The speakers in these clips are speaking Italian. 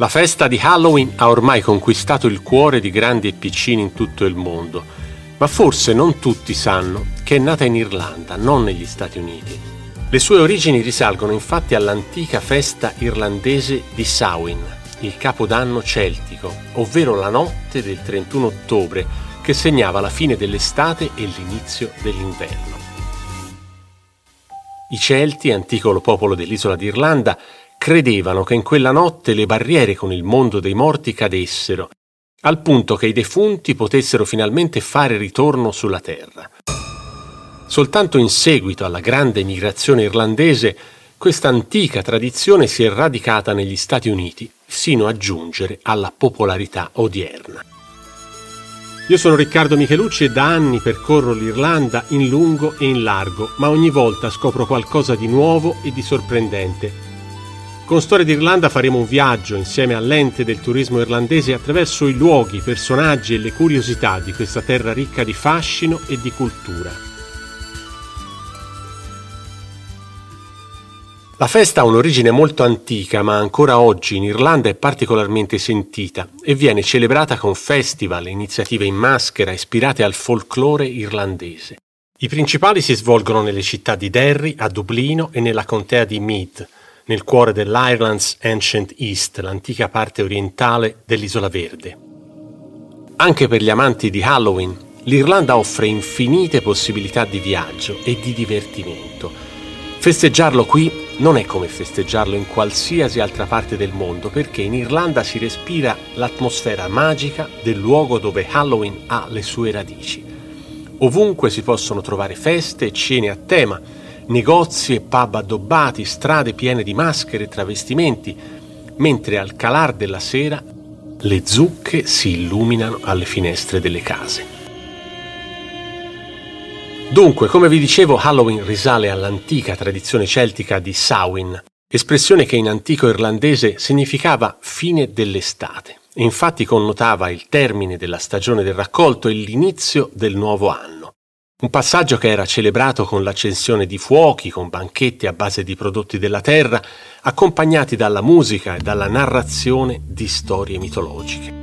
La festa di Halloween ha ormai conquistato il cuore di grandi e piccini in tutto il mondo, ma forse non tutti sanno che è nata in Irlanda, non negli Stati Uniti. Le sue origini risalgono infatti all'antica festa irlandese di Samhain, il capodanno celtico, ovvero la notte del 31 ottobre, che segnava la fine dell'estate e l'inizio dell'inverno. I Celti, antico popolo dell'isola d'Irlanda, credevano che in quella notte le barriere con il mondo dei morti cadessero, al punto che i defunti potessero finalmente fare ritorno sulla terra. Soltanto in seguito alla grande migrazione irlandese, questa antica tradizione si è radicata negli Stati Uniti, sino a giungere alla popolarità odierna. Io sono Riccardo Michelucci e da anni percorro l'Irlanda in lungo e in largo, ma ogni volta scopro qualcosa di nuovo e di sorprendente. Con Storie d'Irlanda faremo un viaggio insieme all'ente del turismo irlandese attraverso i luoghi, i personaggi e le curiosità di questa terra ricca di fascino e di cultura. La festa ha un'origine molto antica, ma ancora oggi in Irlanda è particolarmente sentita e viene celebrata con festival e iniziative in maschera ispirate al folklore irlandese. I principali si svolgono nelle città di Derry, a Dublino e nella contea di Meath, nel cuore dell'Ireland's Ancient East, l'antica parte orientale dell'Isola Verde. Anche per gli amanti di Halloween, l'Irlanda offre infinite possibilità di viaggio e di divertimento. Festeggiarlo qui non è come festeggiarlo in qualsiasi altra parte del mondo, perché in Irlanda si respira l'atmosfera magica del luogo dove Halloween ha le sue radici. Ovunque si possono trovare feste e cene a tema, negozi e pub addobbati, strade piene di maschere e travestimenti, mentre al calar della sera le zucche si illuminano alle finestre delle case. Dunque, come vi dicevo, Halloween risale all'antica tradizione celtica di Samhain, espressione che in antico irlandese significava fine dell'estate e infatti connotava il termine della stagione del raccolto e l'inizio del nuovo anno. Un passaggio che era celebrato con l'accensione di fuochi, con banchetti a base di prodotti della terra, accompagnati dalla musica e dalla narrazione di storie mitologiche.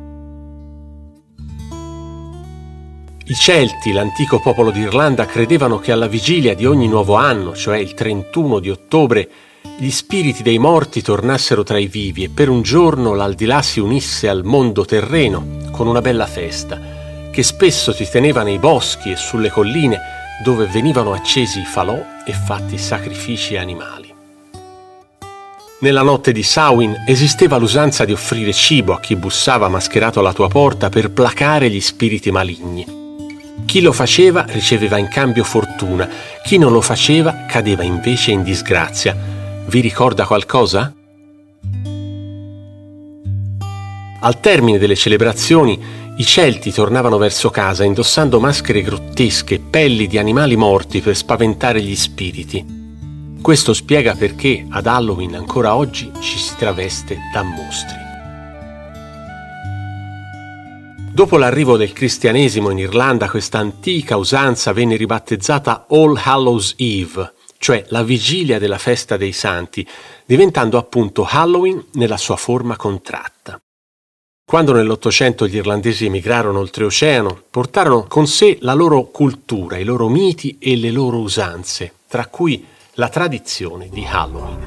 I Celti, l'antico popolo d'Irlanda, credevano che alla vigilia di ogni nuovo anno, cioè il 31 di ottobre, gli spiriti dei morti tornassero tra i vivi e per un giorno l'aldilà si unisse al mondo terreno con una bella festa, che spesso si teneva nei boschi e sulle colline dove venivano accesi i falò e fatti sacrifici animali. Nella notte di Samhain esisteva l'usanza di offrire cibo a chi bussava mascherato alla tua porta per placare gli spiriti maligni. Chi lo faceva riceveva in cambio fortuna, chi non lo faceva cadeva invece in disgrazia. Vi ricorda qualcosa? Al termine delle celebrazioni, i Celti tornavano verso casa indossando maschere grottesche e pelli di animali morti per spaventare gli spiriti. Questo spiega perché ad Halloween ancora oggi ci si traveste da mostri. Dopo l'arrivo del cristianesimo in Irlanda, questa antica usanza venne ribattezzata All Hallows Eve, cioè la vigilia della festa dei santi, diventando appunto Halloween nella sua forma contratta. Quando nell'Ottocento gli irlandesi emigrarono oltreoceano, portarono con sé la loro cultura, i loro miti e le loro usanze, tra cui la tradizione di Halloween.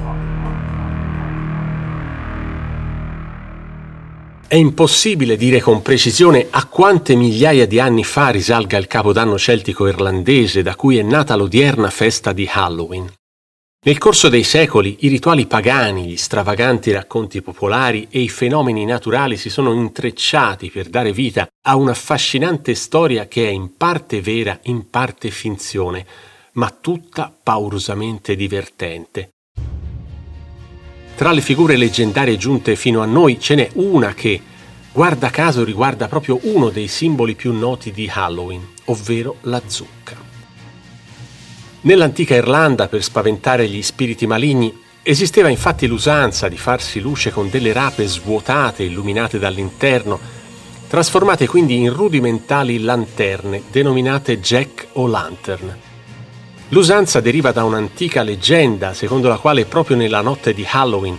È impossibile dire con precisione a quante migliaia di anni fa risalga il capodanno celtico irlandese da cui è nata l'odierna festa di Halloween. Nel corso dei secoli i rituali pagani, gli stravaganti racconti popolari e i fenomeni naturali si sono intrecciati per dare vita a un'affascinante storia che è in parte vera, in parte finzione, ma tutta paurosamente divertente. Tra le figure leggendarie giunte fino a noi ce n'è una che, guarda caso, riguarda proprio uno dei simboli più noti di Halloween, ovvero la zucca. Nell'antica Irlanda, per spaventare gli spiriti maligni, esisteva infatti l'usanza di farsi luce con delle rape svuotate illuminate dall'interno, trasformate quindi in rudimentali lanterne denominate jack o lantern. L'usanza deriva da un'antica leggenda secondo la quale proprio nella notte di Halloween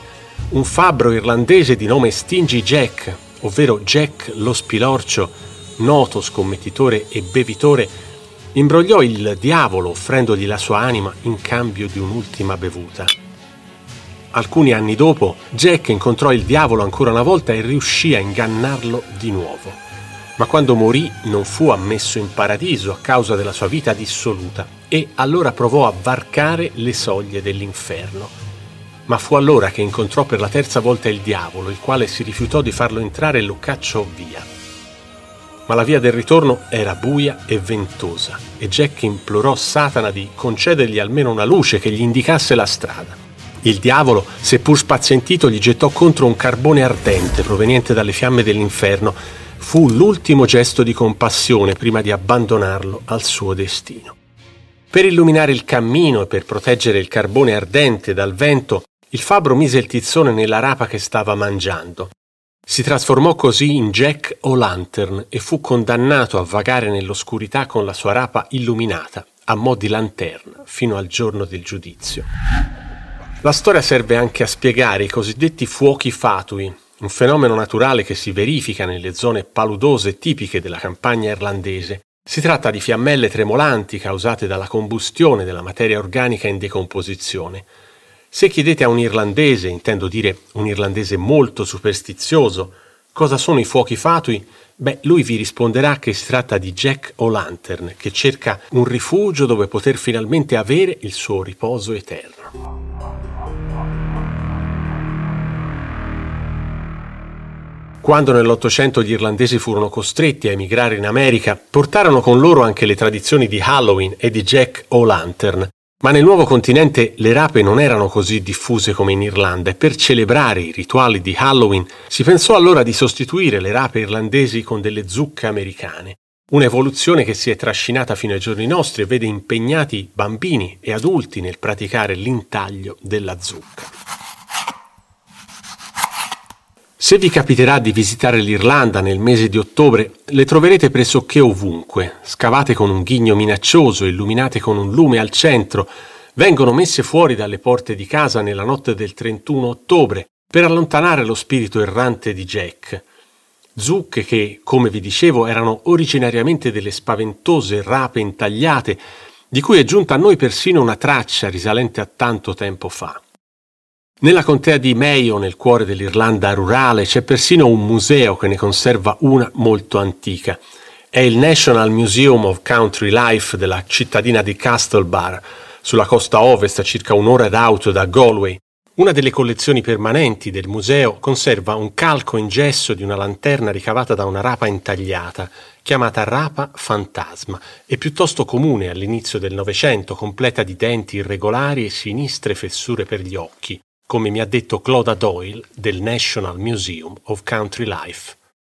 un fabbro irlandese di nome Stingy Jack, ovvero Jack lo Spilorcio, noto scommettitore e bevitore, imbrogliò il diavolo offrendogli la sua anima in cambio di un'ultima bevuta. Alcuni anni dopo, Jack incontrò il diavolo ancora una volta e riuscì a ingannarlo di nuovo. Ma quando morì non fu ammesso in paradiso a causa della sua vita dissoluta e allora provò a varcare le soglie dell'inferno. Ma fu allora che incontrò per la terza volta il diavolo, il quale si rifiutò di farlo entrare e lo cacciò via. Ma la via del ritorno era buia e ventosa e Jack implorò Satana di concedergli almeno una luce che gli indicasse la strada. Il diavolo, seppur spazientito, gli gettò contro un carbone ardente proveniente dalle fiamme dell'inferno. Fu l'ultimo gesto di compassione prima di abbandonarlo al suo destino. Per illuminare il cammino e per proteggere il carbone ardente dal vento, il fabbro mise il tizzone nella rapa che stava mangiando. Si trasformò così in Jack O'Lantern e fu condannato a vagare nell'oscurità con la sua rapa illuminata, a mo' di lanterna, fino al giorno del giudizio. La storia serve anche a spiegare i cosiddetti fuochi fatui, un fenomeno naturale che si verifica nelle zone paludose tipiche della campagna irlandese. Si tratta di fiammelle tremolanti causate dalla combustione della materia organica in decomposizione. Se chiedete a un irlandese, intendo dire un irlandese molto superstizioso, cosa sono i fuochi fatui, lui vi risponderà che si tratta di Jack O'Lantern, che cerca un rifugio dove poter finalmente avere il suo riposo eterno. Quando nell'Ottocento gli irlandesi furono costretti a emigrare in America, portarono con loro anche le tradizioni di Halloween e di Jack O'Lantern. Ma nel nuovo continente le rape non erano così diffuse come in Irlanda e per celebrare i rituali di Halloween si pensò allora di sostituire le rape irlandesi con delle zucche americane. Un'evoluzione che si è trascinata fino ai giorni nostri e vede impegnati bambini e adulti nel praticare l'intaglio della zucca. Se vi capiterà di visitare l'Irlanda nel mese di ottobre, le troverete pressoché ovunque, scavate con un ghigno minaccioso, illuminate con un lume al centro, vengono messe fuori dalle porte di casa nella notte del 31 ottobre per allontanare lo spirito errante di Jack. Zucche che, come vi dicevo, erano originariamente delle spaventose rape intagliate, di cui è giunta a noi persino una traccia risalente a tanto tempo fa. Nella contea di Mayo, nel cuore dell'Irlanda rurale, c'è persino un museo che ne conserva una molto antica. È il National Museum of Country Life della cittadina di Castlebar, sulla costa ovest a circa un'ora d'auto da Galway. Una delle collezioni permanenti del museo conserva un calco in gesso di una lanterna ricavata da una rapa intagliata, chiamata rapa fantasma, e piuttosto comune all'inizio del Novecento, completa di denti irregolari e sinistre fessure per gli occhi, come mi ha detto Clodagh Doyle del National Museum of Country Life.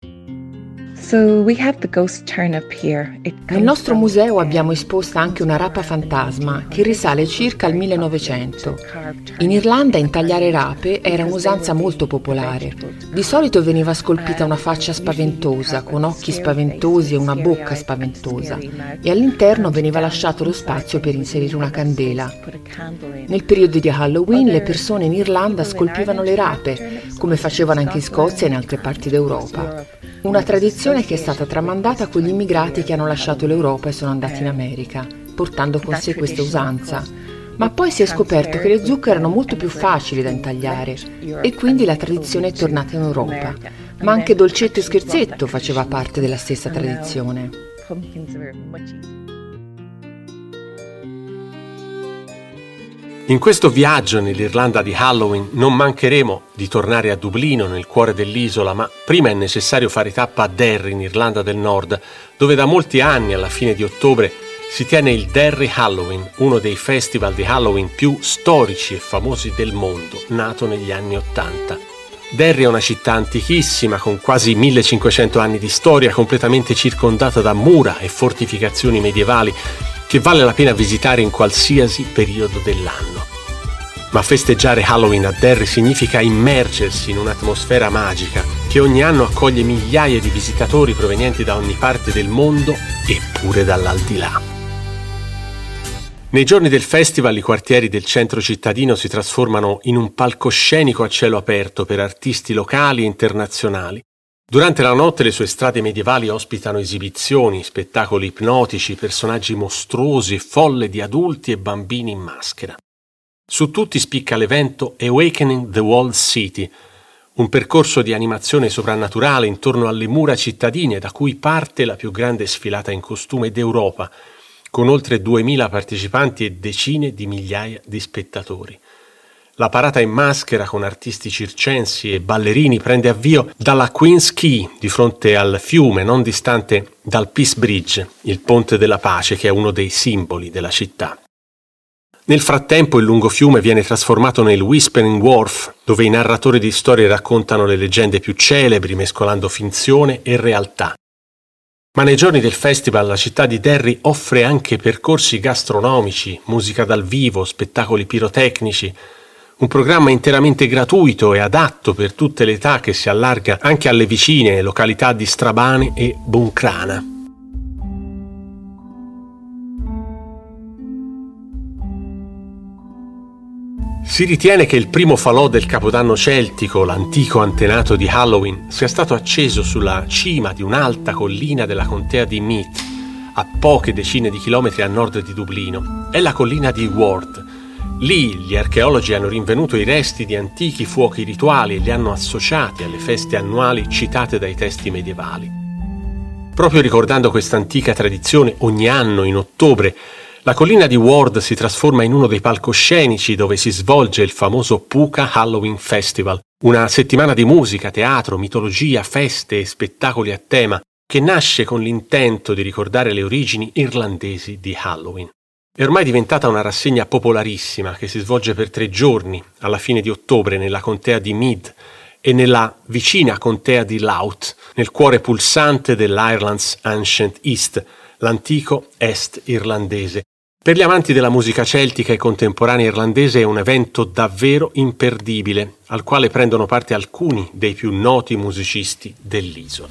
Nel nostro museo abbiamo esposta anche una rapa fantasma che risale circa al 1900. In Irlanda intagliare rape era un'usanza molto popolare. Di solito veniva scolpita una faccia spaventosa, con occhi spaventosi e una bocca spaventosa, e all'interno veniva lasciato lo spazio per inserire una candela. Nel periodo di Halloween le persone in Irlanda scolpivano le rape, come facevano anche in Scozia e in altre parti d'Europa. Una tradizione che è stata tramandata con gli immigrati che hanno lasciato l'Europa e sono andati in America, portando con sé questa usanza. Ma poi si è scoperto che le zucche erano molto più facili da intagliare e quindi la tradizione è tornata in Europa. Ma anche dolcetto e scherzetto faceva parte della stessa tradizione. In questo viaggio nell'Irlanda di Halloween non mancheremo di tornare a Dublino, nel cuore dell'isola, ma prima è necessario fare tappa a Derry, in Irlanda del Nord, dove da molti anni, alla fine di ottobre, si tiene il Derry Halloween, uno dei festival di Halloween più storici e famosi del mondo, nato negli anni '80. Derry è una città antichissima, con quasi 1500 anni di storia, completamente circondata da mura e fortificazioni medievali, che vale la pena visitare in qualsiasi periodo dell'anno. Ma festeggiare Halloween a Derry significa immergersi in un'atmosfera magica che ogni anno accoglie migliaia di visitatori provenienti da ogni parte del mondo e pure dall'aldilà. Nei giorni del festival i quartieri del centro cittadino si trasformano in un palcoscenico a cielo aperto per artisti locali e internazionali. Durante la notte le sue strade medievali ospitano esibizioni, spettacoli ipnotici, personaggi mostruosi e folle di adulti e bambini in maschera. Su tutti spicca l'evento Awakening the Walled City, un percorso di animazione soprannaturale intorno alle mura cittadine da cui parte la più grande sfilata in costume d'Europa, con oltre 2000 partecipanti e decine di migliaia di spettatori. La parata in maschera con artisti circensi e ballerini prende avvio dalla Queen's Quay, di fronte al fiume, non distante dal Peace Bridge, il ponte della pace che è uno dei simboli della città. Nel frattempo il lungo fiume viene trasformato nel Whispering Wharf, dove i narratori di storie raccontano le leggende più celebri, mescolando finzione e realtà. Ma nei giorni del festival la città di Derry offre anche percorsi gastronomici, musica dal vivo, spettacoli pirotecnici, un programma interamente gratuito e adatto per tutte le età che si allarga anche alle vicine località di Strabane e Buncrana. Si ritiene che il primo falò del Capodanno celtico, l'antico antenato di Halloween, sia stato acceso sulla cima di un'alta collina della contea di Meath, a poche decine di chilometri a nord di Dublino. È la collina di Ward. Lì gli archeologi hanno rinvenuto i resti di antichi fuochi rituali e li hanno associati alle feste annuali citate dai testi medievali. Proprio ricordando questa antica tradizione, ogni anno in ottobre la collina di Ward si trasforma in uno dei palcoscenici dove si svolge il famoso Puka Halloween Festival, una settimana di musica, teatro, mitologia, feste e spettacoli a tema che nasce con l'intento di ricordare le origini irlandesi di Halloween. È ormai diventata una rassegna popolarissima che si svolge per 3 giorni alla fine di ottobre nella contea di Meath e nella vicina contea di Louth, nel cuore pulsante dell'Ireland's Ancient East, l'antico est irlandese. Per gli amanti della musica celtica e contemporanea irlandese è un evento davvero imperdibile, al quale prendono parte alcuni dei più noti musicisti dell'isola.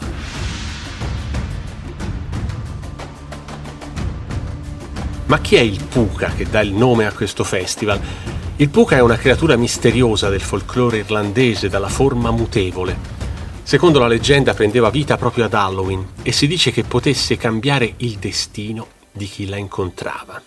Ma chi è il Puka che dà il nome a questo festival? Il Puka è una creatura misteriosa del folklore irlandese dalla forma mutevole. Secondo la leggenda prendeva vita proprio ad Halloween e si dice che potesse cambiare il destino di chi la incontrava.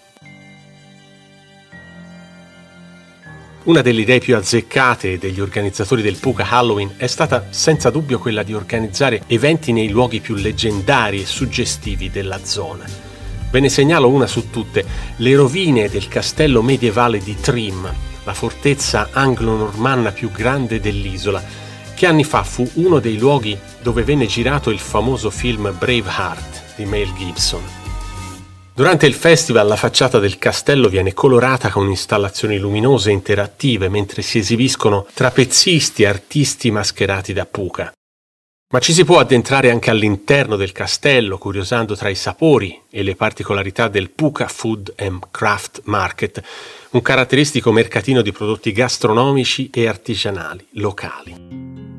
Una delle idee più azzeccate degli organizzatori del Puka Halloween è stata senza dubbio quella di organizzare eventi nei luoghi più leggendari e suggestivi della zona. Ve ne segnalo una su tutte: le rovine del castello medievale di Trim, la fortezza anglo-normanna più grande dell'isola, che anni fa fu uno dei luoghi dove venne girato il famoso film Braveheart di Mel Gibson. Durante il festival la facciata del castello viene colorata con installazioni luminose e interattive mentre si esibiscono trapezzisti e artisti mascherati da Puka. Ma ci si può addentrare anche all'interno del castello, curiosando tra i sapori e le particolarità del Puka Food and Craft Market, un caratteristico mercatino di prodotti gastronomici e artigianali locali.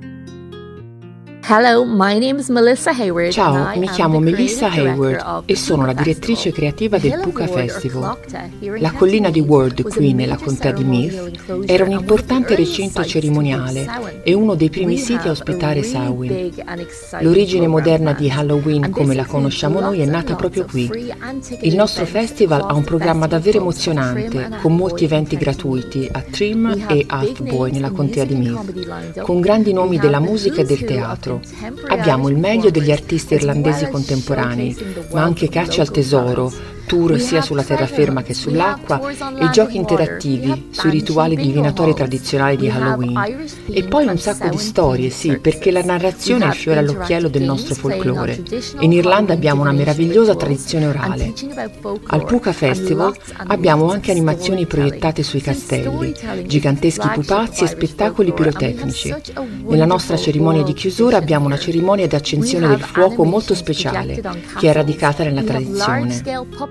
Hello, my name is Melissa Hayward. Ciao, mi chiamo Melissa Hayward e sono la direttrice creativa del Puka Festival. La collina di Ward, qui nella contea di Meath, era un importante recinto cerimoniale e uno dei primi siti a ospitare Samhain. L'origine moderna di Halloween, come la conosciamo noi, è nata proprio qui. Il nostro festival ha un programma davvero emozionante, con molti eventi gratuiti a Trim e Athboy, nella contea di Meath, con grandi nomi della musica e del teatro. Abbiamo il meglio degli artisti irlandesi contemporanei, ma anche caccia al tesoro, tour sia sulla terraferma che sull'acqua e giochi interattivi sui rituali divinatori tradizionali di Halloween. E poi un sacco di storie, sì, perché la narrazione è il fiore all'occhiello del nostro folklore. In Irlanda abbiamo una meravigliosa tradizione orale. Al Puka Festival abbiamo anche animazioni proiettate sui castelli, giganteschi pupazzi e spettacoli pirotecnici. Nella nostra cerimonia di chiusura abbiamo una cerimonia di accensione del fuoco molto speciale, che è radicata nella tradizione.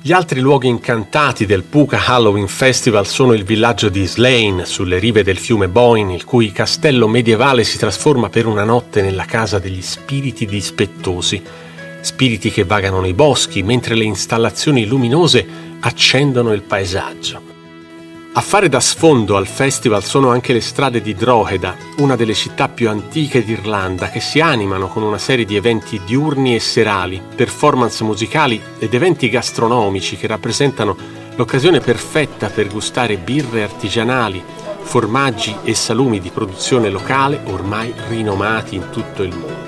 Gli altri luoghi incantati del Pukka Halloween Festival sono il villaggio di Slane, sulle rive del fiume Boyne, il cui castello medievale si trasforma per una notte nella casa degli spiriti dispettosi, spiriti che vagano nei boschi, mentre le installazioni luminose accendono il paesaggio. A fare da sfondo al festival sono anche le strade di Drogheda, una delle città più antiche d'Irlanda, che si animano con una serie di eventi diurni e serali, performance musicali ed eventi gastronomici che rappresentano l'occasione perfetta per gustare birre artigianali, formaggi e salumi di produzione locale ormai rinomati in tutto il mondo.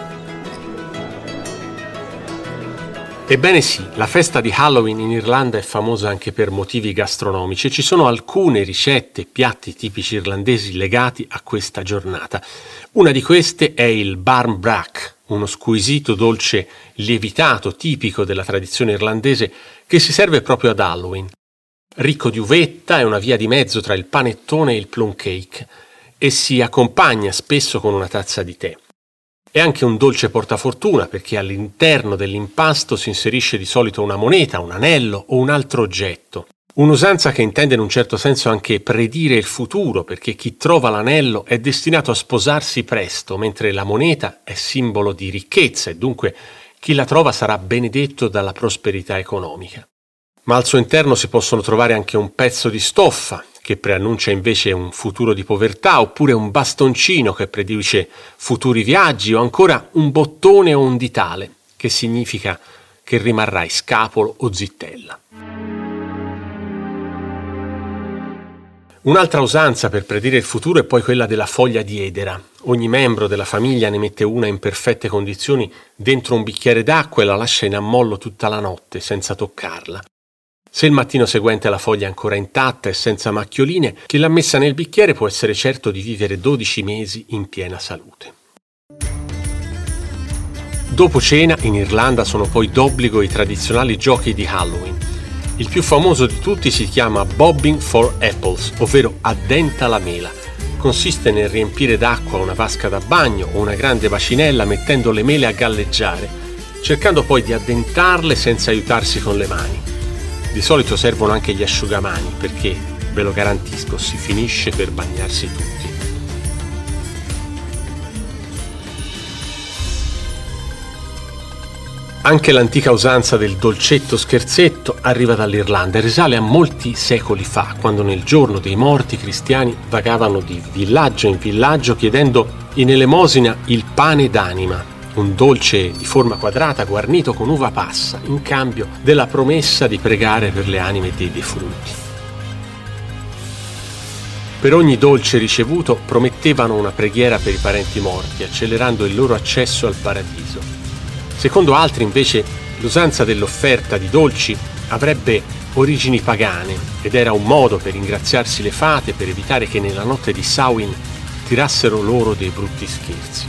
Ebbene sì, la festa di Halloween in Irlanda è famosa anche per motivi gastronomici e ci sono alcune ricette e piatti tipici irlandesi legati a questa giornata. Una di queste è il barmbrack, uno squisito dolce lievitato tipico della tradizione irlandese che si serve proprio ad Halloween. Ricco di uvetta, è una via di mezzo tra il panettone e il plum cake e si accompagna spesso con una tazza di tè. È anche un dolce portafortuna perché all'interno dell'impasto si inserisce di solito una moneta, un anello o un altro oggetto. Un'usanza che intende in un certo senso anche predire il futuro, perché chi trova l'anello è destinato a sposarsi presto, mentre la moneta è simbolo di ricchezza e dunque chi la trova sarà benedetto dalla prosperità economica. Ma al suo interno si possono trovare anche un pezzo di stoffa, che preannuncia invece un futuro di povertà, oppure un bastoncino che predice futuri viaggi, o ancora un bottone o un ditale, che significa che rimarrai scapolo o zittella. Un'altra usanza per predire il futuro è poi quella della foglia di edera. Ogni membro della famiglia ne mette una in perfette condizioni dentro un bicchiere d'acqua e la lascia in ammollo tutta la notte senza toccarla. Se il mattino seguente la foglia è ancora intatta e senza macchioline, chi l'ha messa nel bicchiere può essere certo di vivere 12 mesi in piena salute. Dopo cena, in Irlanda sono poi d'obbligo i tradizionali giochi di Halloween. Il più famoso di tutti si chiama Bobbing for Apples, ovvero addenta la mela. Consiste nel riempire d'acqua una vasca da bagno o una grande bacinella mettendo le mele a galleggiare, cercando poi di addentarle senza aiutarsi con le mani. Di solito servono anche gli asciugamani perché, ve lo garantisco, si finisce per bagnarsi tutti. Anche l'antica usanza del dolcetto scherzetto arriva dall'Irlanda e risale a molti secoli fa, quando nel giorno dei morti i cristiani vagavano di villaggio in villaggio chiedendo in elemosina il pane d'anima, un dolce di forma quadrata guarnito con uva passa, in cambio della promessa di pregare per le anime dei defunti. Per ogni dolce ricevuto promettevano una preghiera per i parenti morti, accelerando il loro accesso al paradiso. Secondo altri, invece, l'usanza dell'offerta di dolci avrebbe origini pagane ed era un modo per ringraziarsi le fate per evitare che nella notte di Samhain tirassero loro dei brutti scherzi.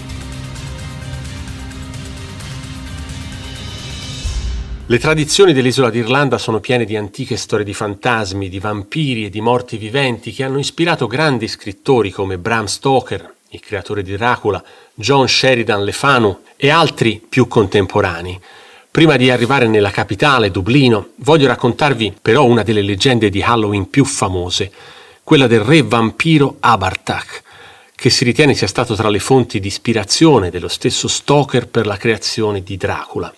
Le tradizioni dell'isola d'Irlanda sono piene di antiche storie di fantasmi, di vampiri e di morti viventi che hanno ispirato grandi scrittori come Bram Stoker, il creatore di Dracula, John Sheridan Le Fanu e altri più contemporanei. Prima di arrivare nella capitale, Dublino, voglio raccontarvi però una delle leggende di Halloween più famose, quella del re vampiro Abartach, che si ritiene sia stato tra le fonti di ispirazione dello stesso Stoker per la creazione di Dracula.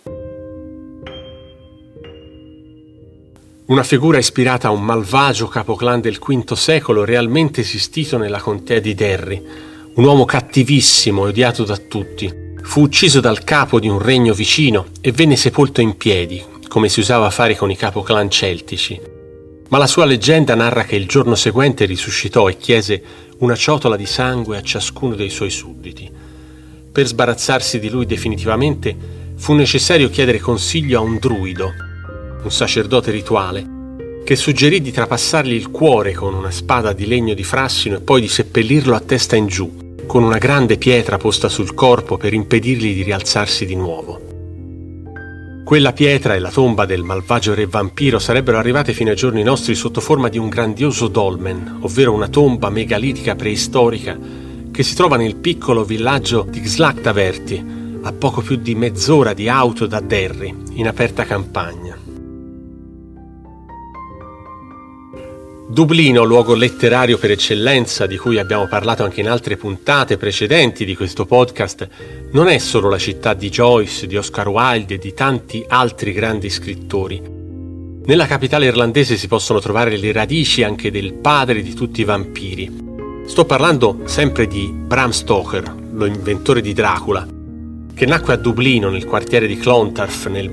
Una figura ispirata a un malvagio capoclan del V secolo realmente esistito nella contea di Derry, un uomo cattivissimo e odiato da tutti. Fu ucciso dal capo di un regno vicino e venne sepolto in piedi, come si usava fare con i capoclan celtici. Ma la sua leggenda narra che il giorno seguente risuscitò e chiese una ciotola di sangue a ciascuno dei suoi sudditi. Per sbarazzarsi di lui definitivamente fu necessario chiedere consiglio a un druido, un sacerdote rituale, che suggerì di trapassargli il cuore con una spada di legno di frassino e poi di seppellirlo a testa in giù, con una grande pietra posta sul corpo per impedirgli di rialzarsi di nuovo. Quella pietra e la tomba del malvagio re vampiro sarebbero arrivate fino ai giorni nostri sotto forma di un grandioso dolmen, ovvero una tomba megalitica preistorica che si trova nel piccolo villaggio di Xlactaverty, a poco più di mezz'ora di auto da Derry, in aperta campagna. Dublino, luogo letterario per eccellenza, di cui abbiamo parlato anche in altre puntate precedenti di questo podcast, non è solo la città di Joyce, di Oscar Wilde e di tanti altri grandi scrittori. Nella capitale irlandese si possono trovare le radici anche del padre di tutti i vampiri. Sto parlando sempre di Bram Stoker, lo inventore di Dracula, che nacque a Dublino nel quartiere di Clontarf nel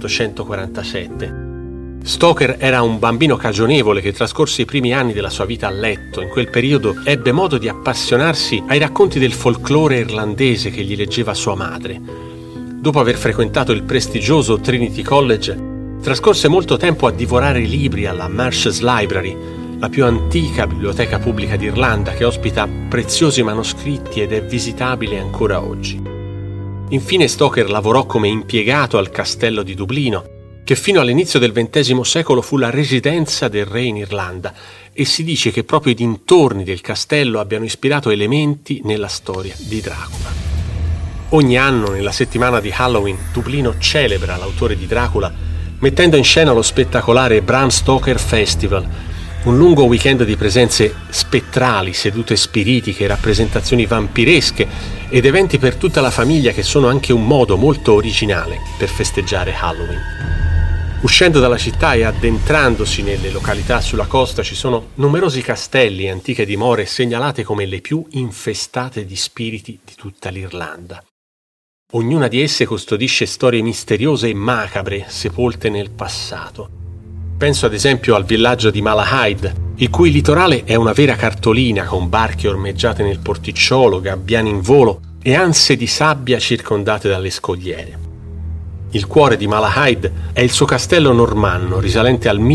1847. Stoker era un bambino cagionevole che trascorse i primi anni della sua vita a letto. In quel periodo ebbe modo di appassionarsi ai racconti del folklore irlandese che gli leggeva sua madre. Dopo aver frequentato il prestigioso Trinity College, trascorse molto tempo a divorare i libri alla Marsh's Library, la più antica biblioteca pubblica d'Irlanda che ospita preziosi manoscritti ed è visitabile ancora oggi. Infine Stoker lavorò come impiegato al castello di Dublino, che fino all'inizio del XX secolo fu la residenza del re in Irlanda, e si dice che proprio i dintorni del castello abbiano ispirato elementi nella storia di Dracula. Ogni anno, nella settimana di Halloween, Dublino celebra l'autore di Dracula, mettendo in scena lo spettacolare Bram Stoker Festival, un lungo weekend di presenze spettrali, sedute spiritiche, rappresentazioni vampiresche ed eventi per tutta la famiglia che sono anche un modo molto originale per festeggiare Halloween. Uscendo dalla città e addentrandosi nelle località sulla costa ci sono numerosi castelli e antiche dimore segnalate come le più infestate di spiriti di tutta l'Irlanda. Ognuna di esse custodisce storie misteriose e macabre sepolte nel passato. Penso ad esempio al villaggio di Malahide, il cui litorale è una vera cartolina con barche ormeggiate nel porticciolo, gabbiani in volo e anse di sabbia circondate dalle scogliere. Il cuore di Malahide è il suo castello normanno risalente al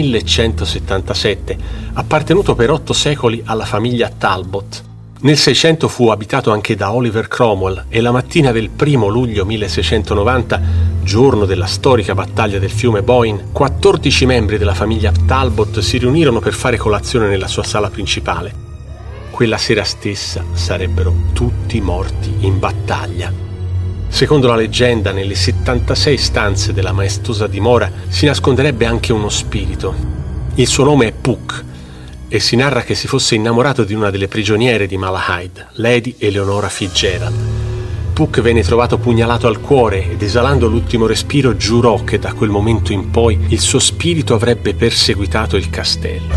1177, appartenuto per 8 secoli alla famiglia Talbot. Nel 600 fu abitato anche da Oliver Cromwell e la mattina del 1 luglio 1690, giorno della storica battaglia del fiume Boyne, 14 membri della famiglia Talbot si riunirono per fare colazione nella sua sala principale. Quella sera stessa sarebbero tutti morti in battaglia. Secondo la leggenda, nelle 76 stanze della maestosa dimora si nasconderebbe anche uno spirito. Il suo nome è Puck e si narra che si fosse innamorato di una delle prigioniere di Malahide, Lady Eleonora Fitzgerald. Puck venne trovato pugnalato al cuore ed esalando l'ultimo respiro giurò che da quel momento in poi il suo spirito avrebbe perseguitato il castello.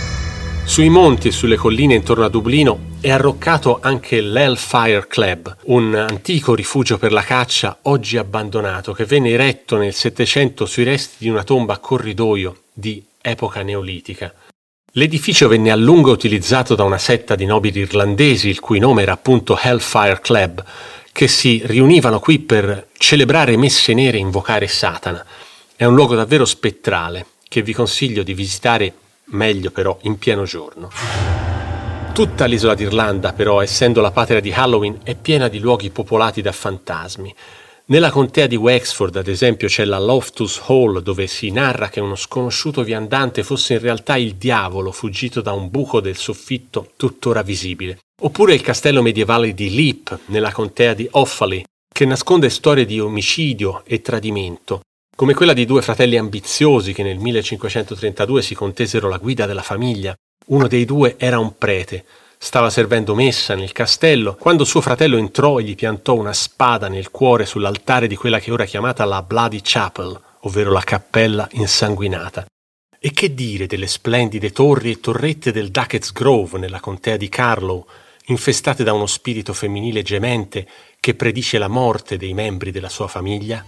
Sui monti e sulle colline intorno a Dublino è arroccato anche l'Hellfire Club, un antico rifugio per la caccia oggi abbandonato che venne eretto nel Settecento sui resti di una tomba a corridoio di epoca neolitica. L'edificio venne a lungo utilizzato da una setta di nobili irlandesi, il cui nome era appunto Hellfire Club, che si riunivano qui per celebrare messe nere e invocare Satana. È un luogo davvero spettrale che vi consiglio di visitare, meglio però in pieno giorno. Tutta l'isola d'Irlanda, però, essendo la patria di Halloween, è piena di luoghi popolati da fantasmi. Nella contea di Wexford, ad esempio, c'è la Loftus Hall, dove si narra che uno sconosciuto viandante fosse in realtà il diavolo fuggito da un buco del soffitto tuttora visibile. Oppure il castello medievale di Leap, nella contea di Offaly, che nasconde storie di omicidio e tradimento, come quella di 2 fratelli ambiziosi che nel 1532 si contesero la guida della famiglia. Uno dei 2 era un prete, stava servendo messa nel castello quando suo fratello entrò e gli piantò una spada nel cuore sull'altare di quella che è ora chiamata la Bloody Chapel, ovvero la cappella insanguinata. E che dire delle splendide torri e torrette del Duckett's Grove nella contea di Carlow, infestate da uno spirito femminile gemente che predice la morte dei membri della sua famiglia?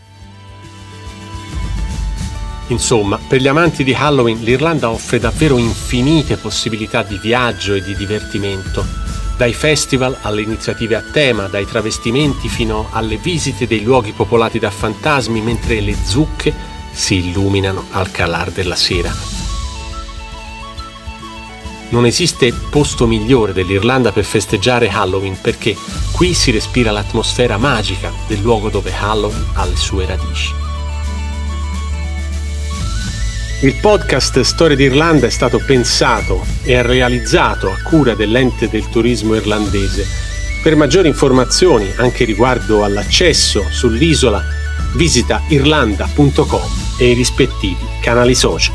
Insomma, per gli amanti di Halloween l'Irlanda offre davvero infinite possibilità di viaggio e di divertimento, dai festival alle iniziative a tema, dai travestimenti fino alle visite dei luoghi popolati da fantasmi, mentre le zucche si illuminano al calar della sera. Non esiste posto migliore dell'Irlanda per festeggiare Halloween, perché qui si respira l'atmosfera magica del luogo dove Halloween ha le sue radici. Il podcast Storie d'Irlanda è stato pensato e realizzato a cura dell'Ente del Turismo Irlandese. Per maggiori informazioni, anche riguardo all'accesso sull'isola, visita irlanda.com e i rispettivi canali social.